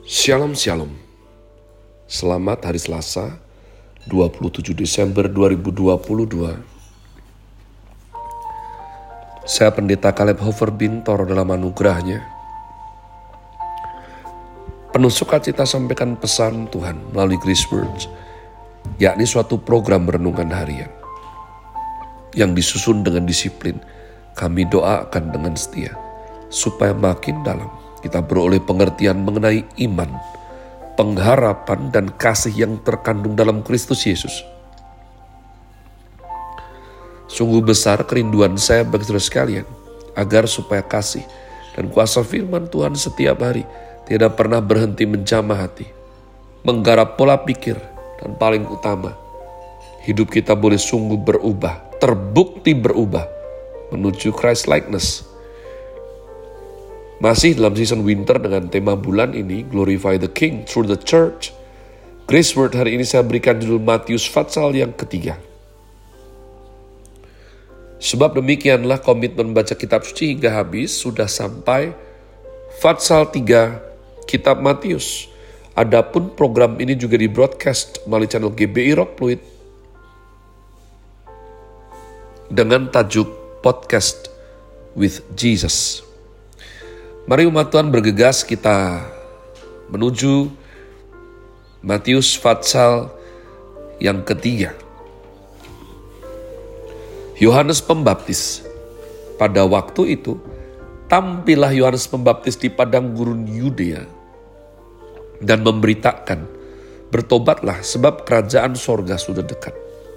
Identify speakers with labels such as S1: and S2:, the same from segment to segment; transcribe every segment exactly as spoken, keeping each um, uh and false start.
S1: Shalom Shalom. Selamat hari Selasa, dua puluh tujuh Desember dua ribu dua puluh dua. Saya Pendeta Caleb Hofer Bintor dalam anugerahnya. Penuh sukacita sampaikan pesan Tuhan melalui Grace Words, yakni suatu program renungan harian yang disusun dengan disiplin. Kami doakan dengan setia supaya makin dalam kita beroleh pengertian mengenai iman, pengharapan, dan kasih yang terkandung dalam Kristus Yesus. Sungguh besar kerinduan saya bagi saudara sekalian, agar supaya kasih dan kuasa firman Tuhan setiap hari tidak pernah berhenti menjamah hati, menggarap pola pikir, dan paling utama, hidup kita boleh sungguh berubah, terbukti berubah, menuju Christ likeness. Masih dalam season winter dengan tema bulan ini, Glorify the King through the Church. Grace Word hari ini saya berikan judul Matius Fatsal yang ketiga. Sebab demikianlah komitmen baca kitab suci hingga habis, sudah sampai Fatsal tiga kitab Matius. Adapun program ini juga di broadcast melalui channel G B I Rock Fluid dengan tajuk Podcast with Jesus. Mari umat Tuhan bergegas kita menuju Matius Fatsal yang ketiga. Yohanes Pembaptis. Pada waktu itu, tampillah Yohanes Pembaptis di padang gurun Yudea dan memberitakan, bertobatlah sebab kerajaan sorga sudah dekat.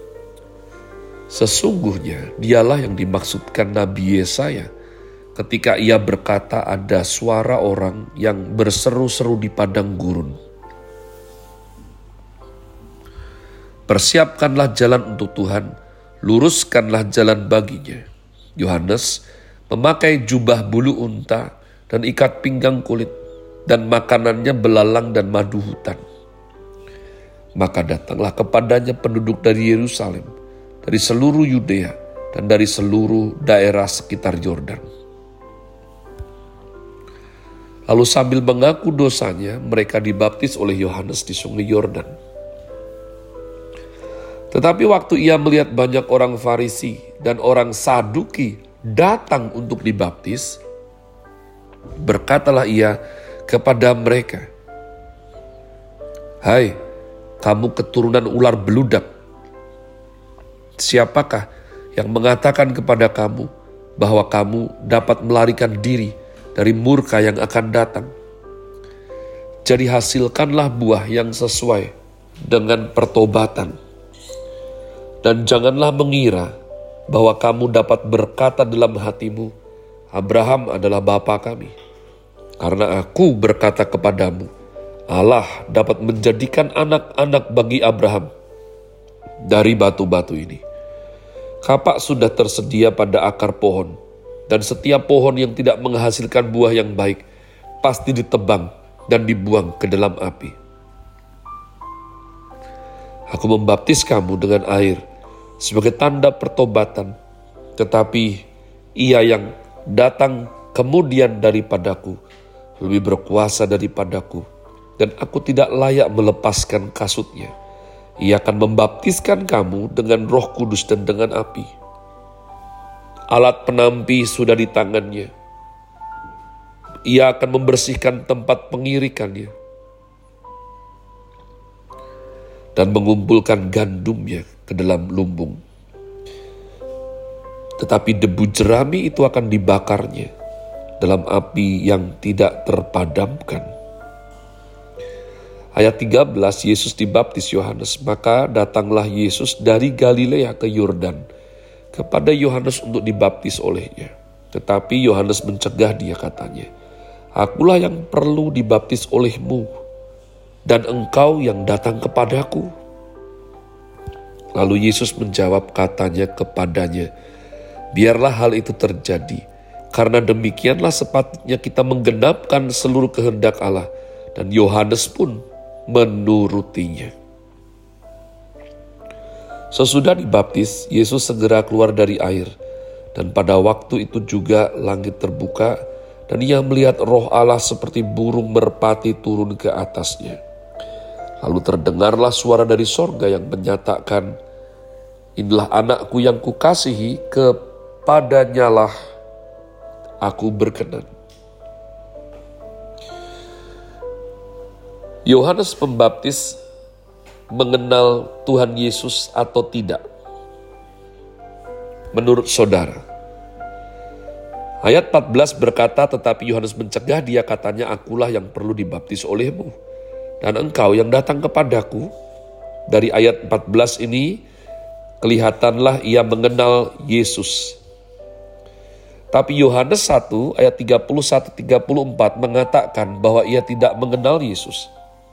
S1: Sesungguhnya dialah yang dimaksudkan Nabi Yesaya ketika ia berkata ada suara orang yang berseru-seru di padang gurun. Persiapkanlah jalan untuk Tuhan, luruskanlah jalan baginya. Yohanes memakai jubah bulu unta dan ikat pinggang kulit, dan makanannya belalang dan madu hutan. Maka datanglah kepadanya penduduk dari Yerusalem, dari seluruh Yudea, dan dari seluruh daerah sekitar Yordan. Lalu sambil mengaku dosanya, mereka dibaptis oleh Yohanes di sungai Yordan. Tetapi waktu ia melihat banyak orang Farisi dan orang Saduki datang untuk dibaptis, berkatalah ia kepada mereka, "Hai, kamu keturunan ular beludak, siapakah yang mengatakan kepada kamu bahwa kamu dapat melarikan diri dari murka yang akan datang? Jadi hasilkanlah buah yang sesuai dengan pertobatan. Dan janganlah mengira bahwa kamu dapat berkata dalam hatimu, Abraham adalah bapa kami. Karena aku berkata kepadamu, Allah dapat menjadikan anak-anak bagi Abraham dari batu-batu ini. Kapak sudah tersedia pada akar pohon, dan setiap pohon yang tidak menghasilkan buah yang baik pasti ditebang dan dibuang ke dalam api. Aku membaptis kamu dengan air sebagai tanda pertobatan, tetapi ia yang datang kemudian daripadaku lebih berkuasa daripadaku, dan aku tidak layak melepaskan kasutnya. Ia akan membaptiskan kamu dengan Roh Kudus dan dengan api. Alat penampi sudah di tangannya. Ia akan membersihkan tempat pengirikannya dan mengumpulkan gandumnya ke dalam lumbung. Tetapi debu jerami itu akan dibakarnya dalam api yang tidak terpadamkan." Ayat tiga belas, Yesus dibaptis Yohanes. Maka datanglah Yesus dari Galilea ke Yordan kepada Yohanes untuk dibaptis olehnya. Tetapi Yohanes mencegah dia, katanya, "Akulah yang perlu dibaptis olehmu, dan engkau yang datang kepadaku." Lalu Yesus menjawab, katanya kepadanya, "Biarlah hal itu terjadi, karena demikianlah sepatutnya kita menggenapkan seluruh kehendak Allah." Dan Yohanes pun menurutinya. Sesudah dibaptis, Yesus segera keluar dari air, dan pada waktu itu juga langit terbuka, dan ia melihat roh Allah seperti burung merpati turun ke atasnya. Lalu terdengarlah suara dari sorga yang menyatakan, inilah anakku yang kukasihi, kepadanyalah aku berkenan. Yohanes Pembaptis mengenal Tuhan Yesus atau tidak? Menurut saudara, ayat empat belas berkata, tetapi Yohanes mencegah dia, katanya, akulah yang perlu dibaptis olehmu, dan engkau yang datang kepadaku. Dari ayat empat belas ini, kelihatanlah ia mengenal Yesus. Tapi Yohanes satu ayat tiga puluh satu sampai tiga puluh empat mengatakan bahwa ia tidak mengenal Yesus.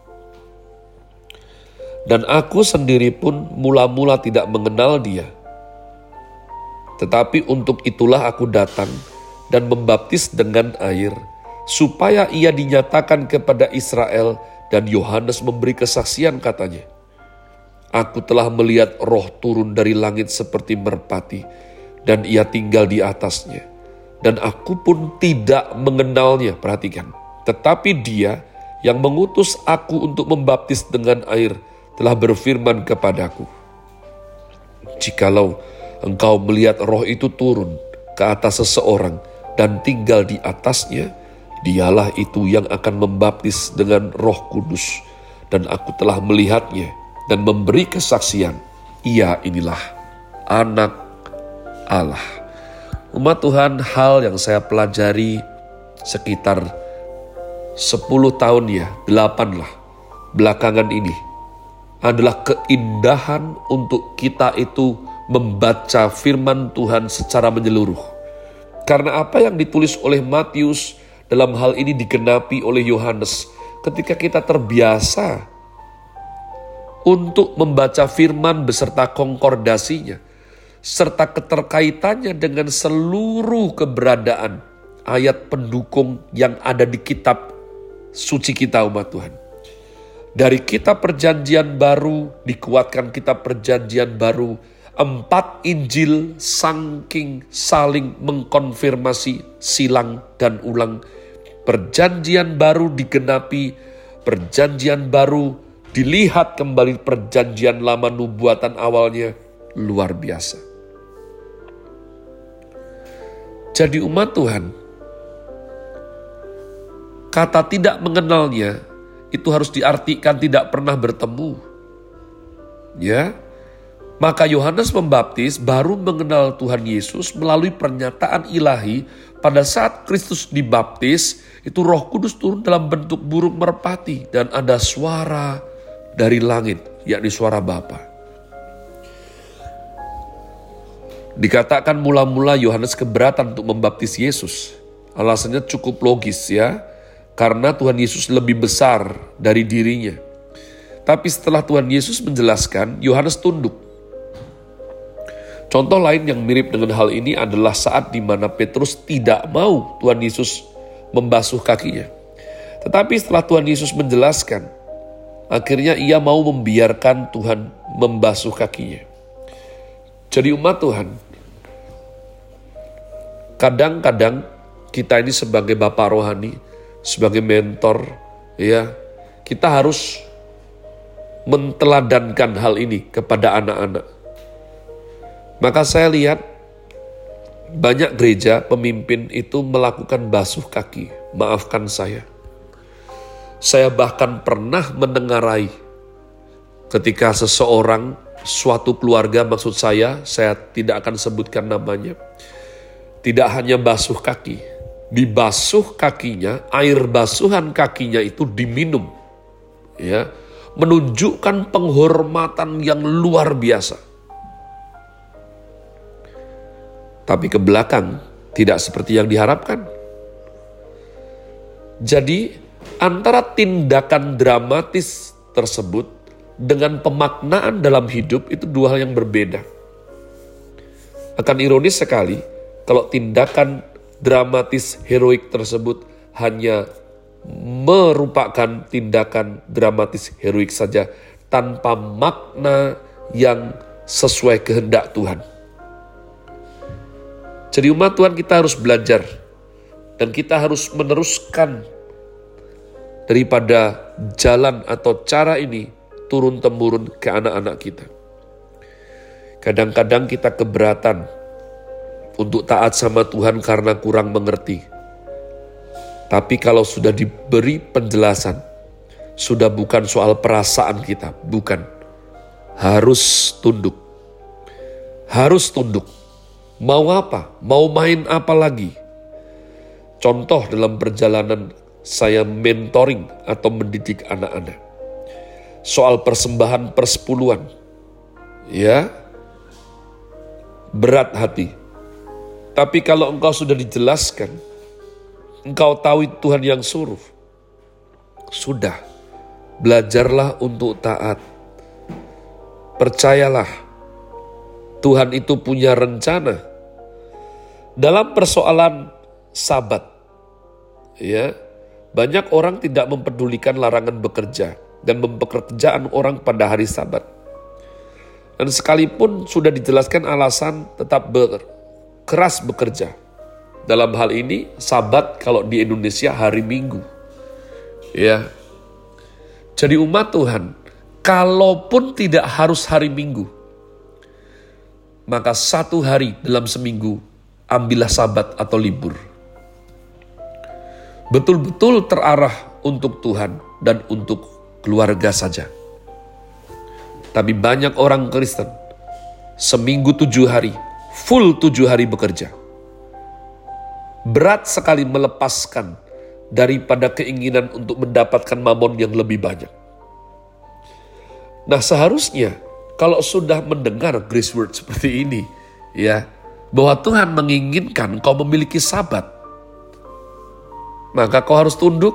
S1: Dan aku sendiri pun mula-mula tidak mengenal dia. Tetapi untuk itulah aku datang dan membaptis dengan air, supaya ia dinyatakan kepada Israel, dan Yohanes memberi kesaksian, katanya, aku telah melihat roh turun dari langit seperti merpati, dan ia tinggal di atasnya. Dan aku pun tidak mengenalnya, perhatikan. Tetapi dia yang mengutus aku untuk membaptis dengan air, telah berfirman kepadaku, jikalau engkau melihat roh itu turun ke atas seseorang dan tinggal di atasnya, dialah itu yang akan membaptis dengan Roh Kudus. Dan aku telah melihatnya dan memberi kesaksian, ia inilah anak Allah. Umat Tuhan, hal yang saya pelajari sekitar sepuluh tahun ya, delapan lah belakangan ini, adalah keindahan untuk kita itu membaca firman Tuhan secara menyeluruh. Karena apa yang ditulis oleh Matius dalam hal ini digenapi oleh Yohanes. Ketika kita terbiasa untuk membaca firman beserta konkordasinya, serta keterkaitannya dengan seluruh keberadaan ayat pendukung yang ada di kitab suci kita, umat Tuhan. Dari kitab perjanjian baru dikuatkan kitab perjanjian baru, empat Injil saking saling mengkonfirmasi silang dan ulang. Perjanjian baru digenapi, perjanjian baru dilihat kembali perjanjian lama nubuatan awalnya, luar biasa. Jadi umat Tuhan, kata tidak mengenalnya itu harus diartikan tidak pernah bertemu. Ya, maka Yohanes Pembaptis baru mengenal Tuhan Yesus melalui pernyataan ilahi pada saat Kristus dibaptis, itu Roh Kudus turun dalam bentuk burung merpati dan ada suara dari langit, yakni suara Bapa. Dikatakan mula-mula Yohanes keberatan untuk membaptis Yesus. Alasannya cukup logis ya, karena Tuhan Yesus lebih besar dari dirinya. Tapi setelah Tuhan Yesus menjelaskan, Yohanes tunduk. Contoh lain yang mirip dengan hal ini adalah saat di mana Petrus tidak mau Tuhan Yesus membasuh kakinya. Tetapi setelah Tuhan Yesus menjelaskan, akhirnya ia mau membiarkan Tuhan membasuh kakinya. Jadi umat Tuhan, kadang-kadang kita ini sebagai bapak rohani, sebagai mentor, ya, kita harus menteladankan hal ini kepada anak-anak. Maka saya lihat banyak gereja pemimpin itu melakukan basuh kaki. Maafkan saya. Saya bahkan pernah mendengarai ketika seseorang, suatu keluarga maksud saya, saya tidak akan sebutkan namanya, tidak hanya basuh kaki, dibasuh kakinya, air basuhan kakinya itu diminum, ya, menunjukkan penghormatan yang luar biasa. Tapi ke belakang tidak seperti yang diharapkan. Jadi antara tindakan dramatis tersebut dengan pemaknaan dalam hidup itu dua hal yang berbeda. Akan ironis sekali kalau tindakan dramatis heroik tersebut hanya merupakan tindakan dramatis heroik saja tanpa makna yang sesuai kehendak Tuhan. Jadi umat Tuhan, kita harus belajar Dan kita harus meneruskan daripada jalan atau cara ini turun-temurun ke anak-anak kita. Kadang-kadang kita keberatan untuk taat sama Tuhan karena kurang mengerti. Tapi kalau sudah diberi penjelasan, sudah bukan soal perasaan kita, bukan. Harus tunduk. Harus tunduk. Mau apa? Mau main apa lagi? Contoh dalam perjalanan saya mentoring atau mendidik anak-anak. Soal persembahan persepuluhan. Ya, berat hati. Tapi kalau engkau sudah dijelaskan, engkau tahu Tuhan yang suruh, sudah, belajarlah untuk taat. Percayalah, Tuhan itu punya rencana. Dalam persoalan Sabat, ya, banyak orang tidak mempedulikan larangan bekerja dan pekerjaan orang pada hari Sabat. Dan sekalipun sudah dijelaskan alasan tetap ber, keras bekerja. Dalam hal ini, Sabat kalau di Indonesia hari Minggu. Ya. Jadi umat Tuhan, kalaupun tidak harus hari Minggu, maka satu hari dalam seminggu, ambillah Sabat atau libur. Betul-betul terarah untuk Tuhan dan untuk keluarga saja. Tapi banyak orang Kristen, seminggu tujuh hari, full tujuh hari bekerja. Berat sekali melepaskan daripada keinginan untuk mendapatkan mamon yang lebih banyak. Nah, seharusnya kalau sudah mendengar grace word seperti ini, ya, bahwa Tuhan menginginkan kau memiliki Sabat, maka kau harus tunduk.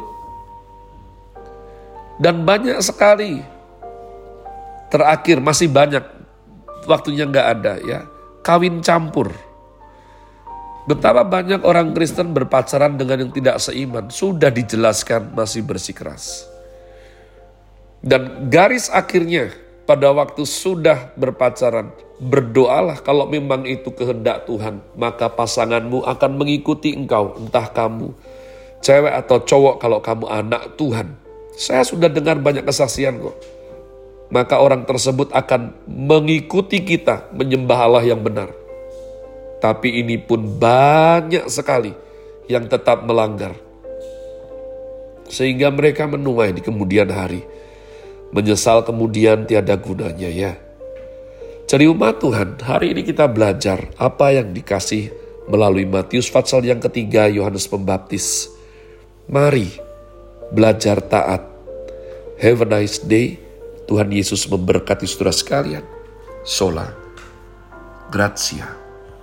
S1: Dan banyak sekali, terakhir masih banyak, waktunya nggak ada, ya, kawin campur. Betapa banyak orang Kristen berpacaran dengan yang tidak seiman, sudah dijelaskan masih bersikeras. Dan garis akhirnya pada waktu sudah berpacaran, berdoalah kalau memang itu kehendak Tuhan, maka pasanganmu akan mengikuti engkau, entah kamu cewek atau cowok, kalau kamu anak Tuhan. Saya sudah dengar banyak kesaksian kok. Maka orang tersebut akan mengikuti kita menyembah Allah yang benar. Tapi ini pun banyak sekali yang tetap melanggar. Sehingga mereka menuai di kemudian hari. Menyesal kemudian tiada gunanya, ya. Jadi umat Tuhan, hari ini kita belajar apa yang dikasih melalui Matius pasal yang ketiga Yohanes Pembaptis. Mari belajar taat. Have a nice day. Tuhan Yesus memberkati saudara sekalian. Sola Gratia.